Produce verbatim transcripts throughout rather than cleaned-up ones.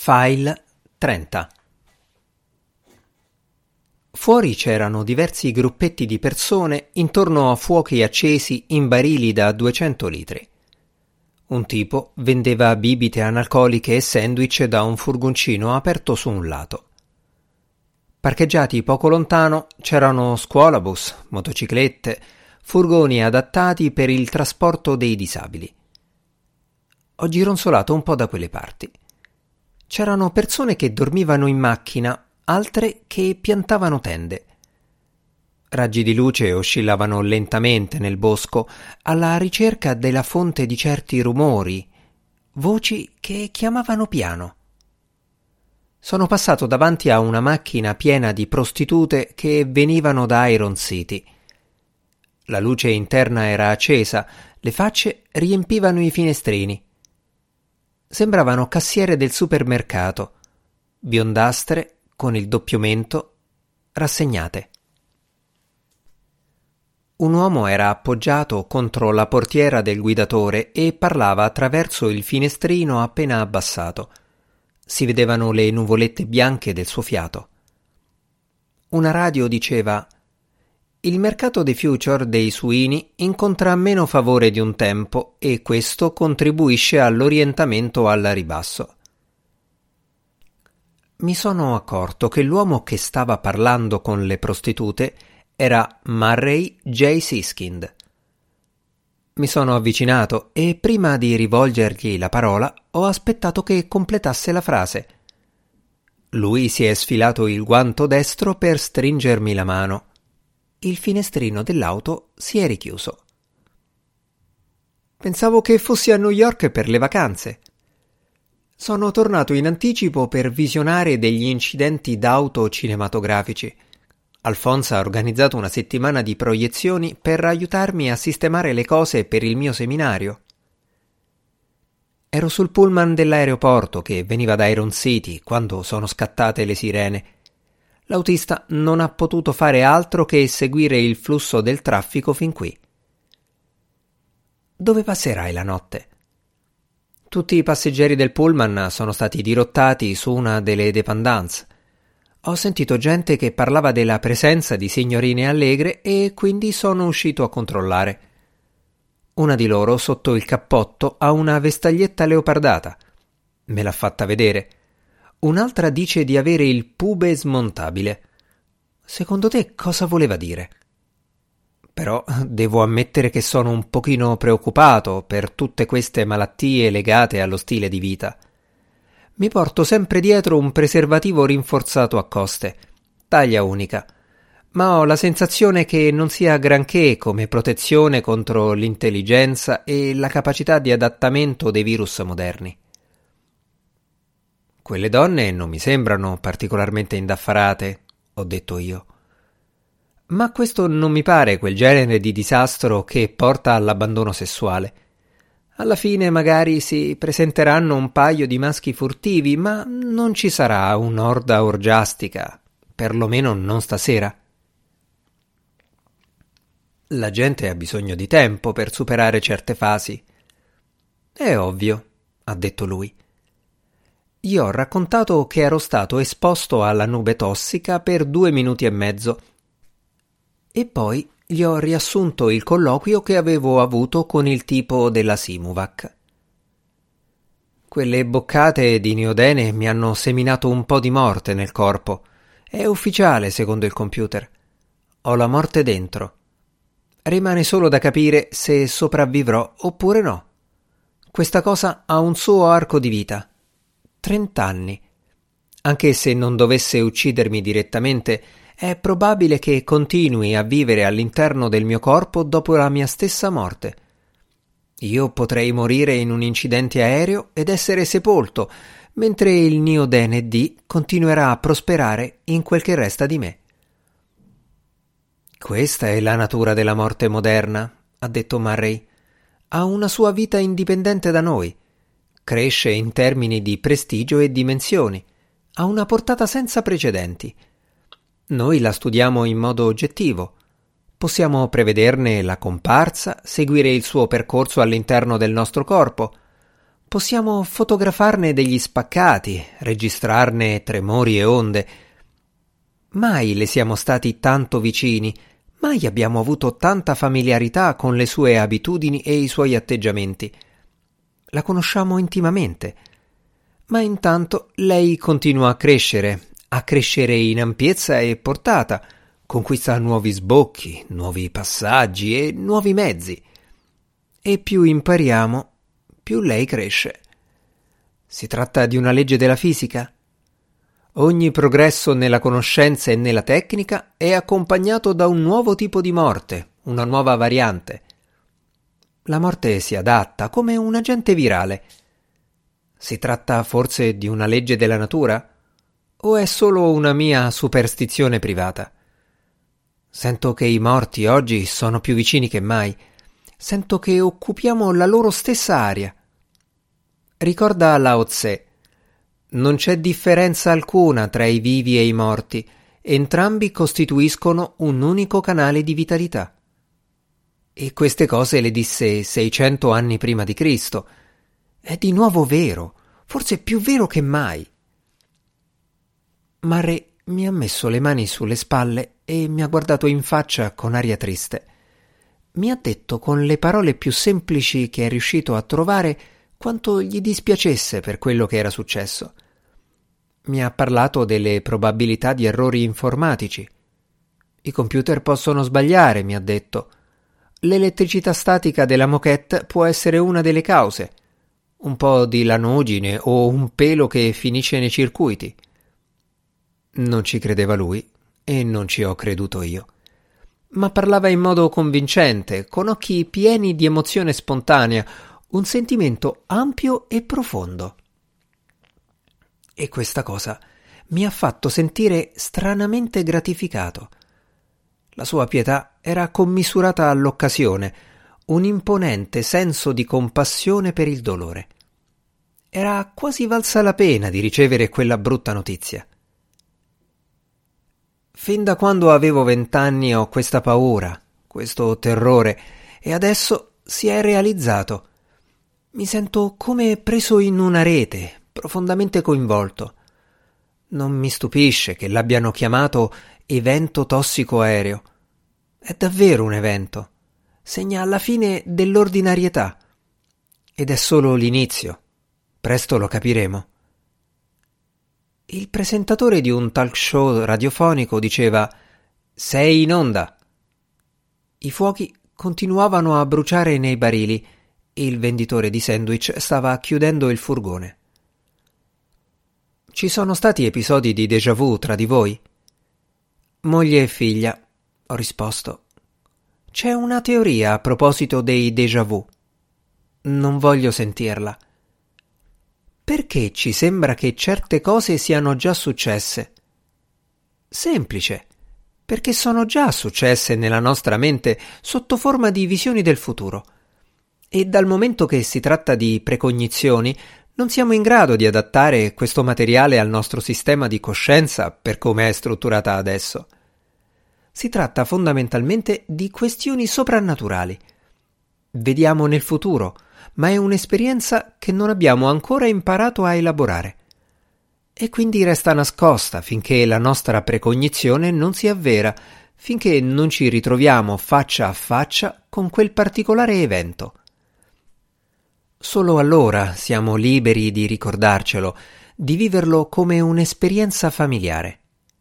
File trenta. Fuori c'erano diversi gruppetti di persone intorno a fuochi accesi in barili da duecento litri. Un tipo vendeva bibite analcoliche e sandwich da un furgoncino aperto su un lato. Parcheggiati poco lontano c'erano scuolabus, motociclette, furgoni adattati per il trasporto dei disabili. Ho gironzolato un po' da quelle parti. C'erano persone che dormivano in macchina, altre che piantavano tende. Raggi di luce oscillavano lentamente nel bosco alla ricerca della fonte di certi rumori, voci che chiamavano piano. Sono passato davanti a una macchina piena di prostitute che venivano da Iron City. La luce interna era accesa, le facce riempivano i finestrini. Sembravano cassiere del supermercato, biondastre con il doppio mento, rassegnate. Un uomo era appoggiato contro la portiera del guidatore e parlava attraverso il finestrino appena abbassato. Si vedevano le nuvolette bianche del suo fiato. Una radio diceva: il mercato dei future dei suini incontra meno favore di un tempo e questo contribuisce all'orientamento al ribasso. Mi sono accorto che l'uomo che stava parlando con le prostitute era Murray J. Siskind. Mi sono avvicinato e prima di rivolgergli la parola ho aspettato che completasse la frase. Lui si è sfilato il guanto destro per stringermi la mano. Il finestrino dell'auto si è richiuso. Pensavo che fossi a New York per le vacanze. Sono tornato in anticipo per visionare degli incidenti d'auto cinematografici. Alfonso ha organizzato una settimana di proiezioni per aiutarmi a sistemare le cose per il mio seminario. Ero sul pullman dell'aeroporto che veniva da Iron City quando sono scattate le sirene. L'autista non ha potuto fare altro che seguire il flusso del traffico fin qui. Dove passerai la notte? Tutti i passeggeri del pullman sono stati dirottati su una delle dépendance. Ho sentito gente che parlava della presenza di signorine allegre e quindi sono uscito a controllare. Una di loro sotto il cappotto ha una vestaglietta leopardata. Me l'ha fatta vedere. Un'altra dice di avere il pube smontabile. Secondo te cosa voleva dire? Però devo ammettere che sono un pochino preoccupato per tutte queste malattie legate allo stile di vita. Mi porto sempre dietro un preservativo rinforzato a coste, taglia unica, ma ho la sensazione che non sia granché come protezione contro l'intelligenza e la capacità di adattamento dei virus moderni. Quelle donne non mi sembrano particolarmente indaffarate, ho detto io. Ma questo non mi pare quel genere di disastro che porta all'abbandono sessuale. Alla fine magari si presenteranno un paio di maschi furtivi, ma non ci sarà un'orda orgiastica, perlomeno non stasera. La gente ha bisogno di tempo per superare certe fasi. È ovvio, ha detto lui. Gli ho raccontato che ero stato esposto alla nube tossica per due minuti e mezzo e poi gli ho riassunto il colloquio che avevo avuto con il tipo della Simovac. Quelle boccate di niodene mi hanno seminato un po' di morte nel corpo. È ufficiale, secondo il computer. Ho la morte dentro. Rimane solo da capire se sopravvivrò oppure no. Questa cosa ha un suo arco di vita. Trent'anni. Anche se non dovesse uccidermi direttamente, è probabile che continui a vivere all'interno del mio corpo dopo la mia stessa morte. Io potrei morire in un incidente aereo ed essere sepolto, mentre il niodene D continuerà a prosperare in quel che resta di me. Questa è la natura della morte moderna, ha detto Murray. Ha una sua vita indipendente da noi. Cresce in termini di prestigio e dimensioni. Ha una portata senza precedenti. Noi la studiamo in modo oggettivo. Possiamo prevederne la comparsa, seguire il suo percorso all'interno del nostro corpo. Possiamo fotografarne degli spaccati, registrarne tremori e onde. Mai le siamo stati tanto vicini, mai abbiamo avuto tanta familiarità con le sue abitudini e i suoi atteggiamenti. La conosciamo intimamente. Ma intanto lei continua a crescere, a crescere in ampiezza e portata, conquista nuovi sbocchi, nuovi passaggi e nuovi mezzi. E più impariamo, più lei cresce. Si tratta di una legge della fisica? Ogni progresso nella conoscenza e nella tecnica è accompagnato da un nuovo tipo di morte, una nuova variante. La morte si adatta come un agente virale. Si tratta forse di una legge della natura? O è solo una mia superstizione privata? Sento che i morti oggi sono più vicini che mai. Sento che occupiamo la loro stessa aria. Ricorda Lao Tse: non c'è differenza alcuna tra i vivi e i morti, entrambi costituiscono un unico canale di vitalità. E queste cose le disse seicento anni prima di Cristo. È di nuovo vero, forse più vero che mai. Marre mi ha messo le mani sulle spalle e mi ha guardato in faccia con aria triste. Mi ha detto con le parole più semplici che è riuscito a trovare quanto gli dispiacesse per quello che era successo. Mi ha parlato delle probabilità di errori informatici. I computer possono sbagliare, mi ha detto. L'elettricità statica della moquette può essere una delle cause. Un po' di lanugine o un pelo che finisce nei circuiti. Non ci credeva lui e non ci ho creduto io. Ma parlava in modo convincente, con occhi pieni di emozione spontanea, un sentimento ampio e profondo. E questa cosa mi ha fatto sentire stranamente gratificato. La sua pietà era commisurata all'occasione, un imponente senso di compassione per il dolore. Era quasi valsa la pena di ricevere quella brutta notizia. Fin da quando avevo vent'anni ho questa paura, questo terrore, e adesso si è realizzato. Mi sento come preso in una rete, profondamente coinvolto. Non mi stupisce che l'abbiano chiamato evento tossico aereo. È davvero un evento. Segna la fine dell'ordinarietà. Ed è solo l'inizio. Presto lo capiremo. Il presentatore di un talk show radiofonico diceva: «Sei in onda!». I fuochi continuavano a bruciare nei barili. Il venditore di sandwich stava chiudendo il furgone. Ci sono stati episodi di déjà vu tra di voi? Moglie e figlia, ho risposto. C'è una teoria a proposito dei déjà vu. Non voglio sentirla. Perché ci sembra che certe cose siano già successe? Semplice, perché sono già successe nella nostra mente sotto forma di visioni del futuro. E dal momento che si tratta di precognizioni, non siamo in grado di adattare questo materiale al nostro sistema di coscienza per come è strutturata adesso. Si tratta fondamentalmente di questioni soprannaturali. Vediamo nel futuro, ma è un'esperienza che non abbiamo ancora imparato a elaborare. E quindi resta nascosta finché la nostra precognizione non si avvera, finché non ci ritroviamo faccia a faccia con quel particolare evento. Solo allora siamo liberi di ricordarcelo, di viverlo come un'esperienza familiare.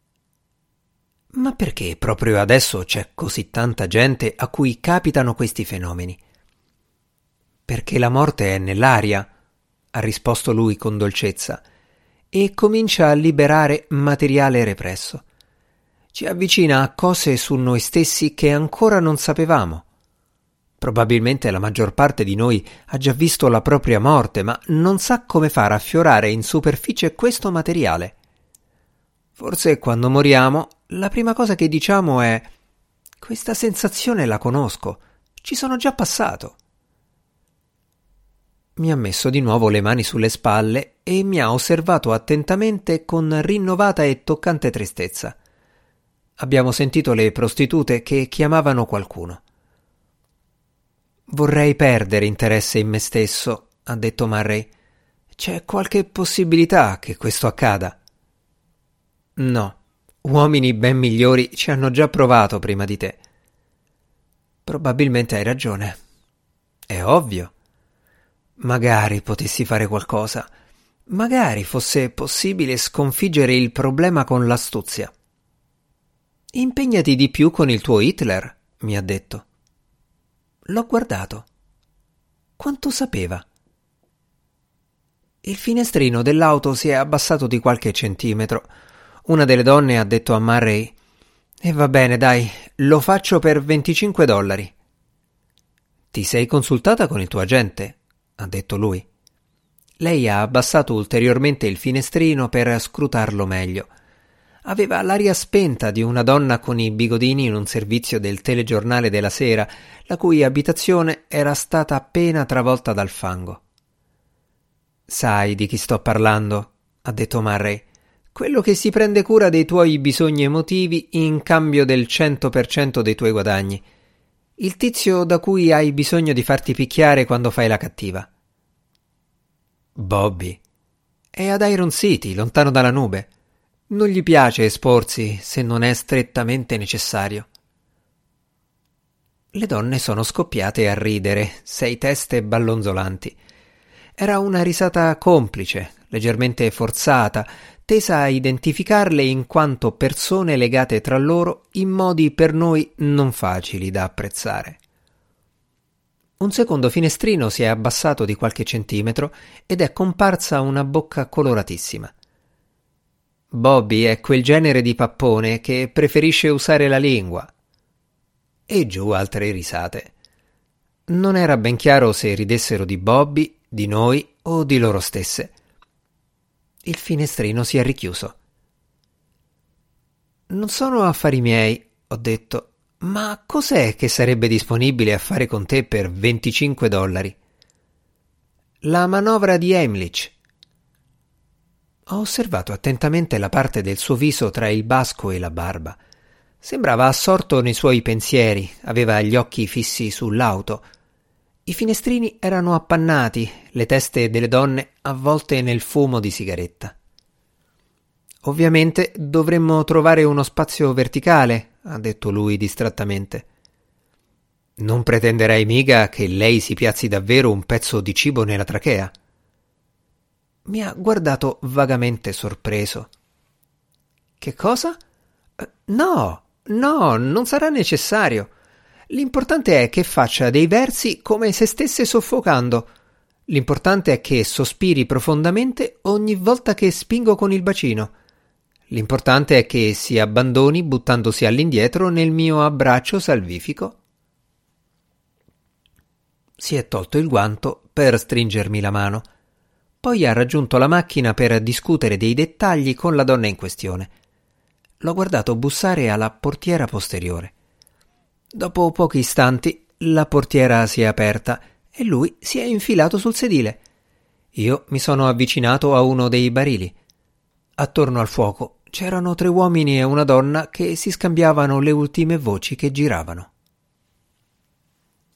Ma perché proprio adesso c'è così tanta gente a cui capitano questi fenomeni? Perché la morte è nell'aria, ha risposto lui con dolcezza, e comincia a liberare materiale represso. Ci avvicina a cose su noi stessi che ancora non sapevamo. Probabilmente la maggior parte di noi ha già visto la propria morte, ma non sa come far affiorare in superficie questo materiale. Forse quando moriamo, la prima cosa che diciamo è: questa sensazione la conosco, ci sono già passato. Mi ha messo di nuovo le mani sulle spalle e mi ha osservato attentamente con rinnovata e toccante tristezza. Abbiamo sentito le prostitute che chiamavano qualcuno. Vorrei perdere interesse in me stesso, ha detto Murray. C'è qualche possibilità che questo accada? No, uomini ben migliori ci hanno già provato prima di te. Probabilmente hai ragione. È ovvio. Magari potessi fare qualcosa. Magari fosse possibile sconfiggere il problema con l'astuzia. Impegnati di più con il tuo Hitler, mi ha detto. L'ho guardato. Quanto sapeva? Il finestrino dell'auto si è abbassato di qualche centimetro. Una delle donne ha detto a Murray: «E va bene, dai, lo faccio per venticinque dollari». «Ti sei consultata con il tuo agente?» ha detto lui. Lei ha abbassato ulteriormente il finestrino per scrutarlo meglio. Aveva l'aria spenta di una donna con i bigodini in un servizio del telegiornale della sera, la cui abitazione era stata appena travolta dal fango. «Sai di chi sto parlando?» ha detto Murray. «Quello che si prende cura dei tuoi bisogni emotivi in cambio del cento per cento dei tuoi guadagni. Il tizio da cui hai bisogno di farti picchiare quando fai la cattiva». «Bobby. È ad Iron City, lontano dalla nube. Non gli piace esporsi se non è strettamente necessario». Le donne sono scoppiate a ridere, sei teste ballonzolanti. Era una risata complice, leggermente forzata, tesa a identificarle in quanto persone legate tra loro in modi per noi non facili da apprezzare. Un secondo finestrino si è abbassato di qualche centimetro ed è comparsa una bocca coloratissima. Bobby è quel genere di pappone che preferisce usare la lingua. E giù altre risate. Non era ben chiaro se ridessero di Bobby, di noi o di loro stesse. Il finestrino si è richiuso. «Non sono affari miei», ho detto, «ma cos'è che sarebbe disponibile a fare con te per venticinque dollari?» «La manovra di Heimlich». Ho osservato attentamente la parte del suo viso tra il basco e la barba. Sembrava assorto nei suoi pensieri, aveva gli occhi fissi sull'auto. I finestrini erano appannati, le teste delle donne avvolte nel fumo di sigaretta. «Ovviamente dovremmo trovare uno spazio verticale», ha detto lui distrattamente. «Non pretenderei mica che lei si piazzi davvero un pezzo di cibo nella trachea?» Mi ha guardato vagamente sorpreso. «Che cosa? No, no, non sarà necessario. L'importante è che faccia dei versi come se stesse soffocando. L'importante è che sospiri profondamente ogni volta che spingo con il bacino. L'importante è che si abbandoni buttandosi all'indietro nel mio abbraccio salvifico». Si è tolto il guanto per stringermi la mano. Poi ha raggiunto la macchina per discutere dei dettagli con la donna in questione. L'ho guardato bussare alla portiera posteriore. Dopo pochi istanti la portiera si è aperta e lui si è infilato sul sedile. Io mi sono avvicinato a uno dei barili. Attorno al fuoco c'erano tre uomini e una donna che si scambiavano le ultime voci che giravano.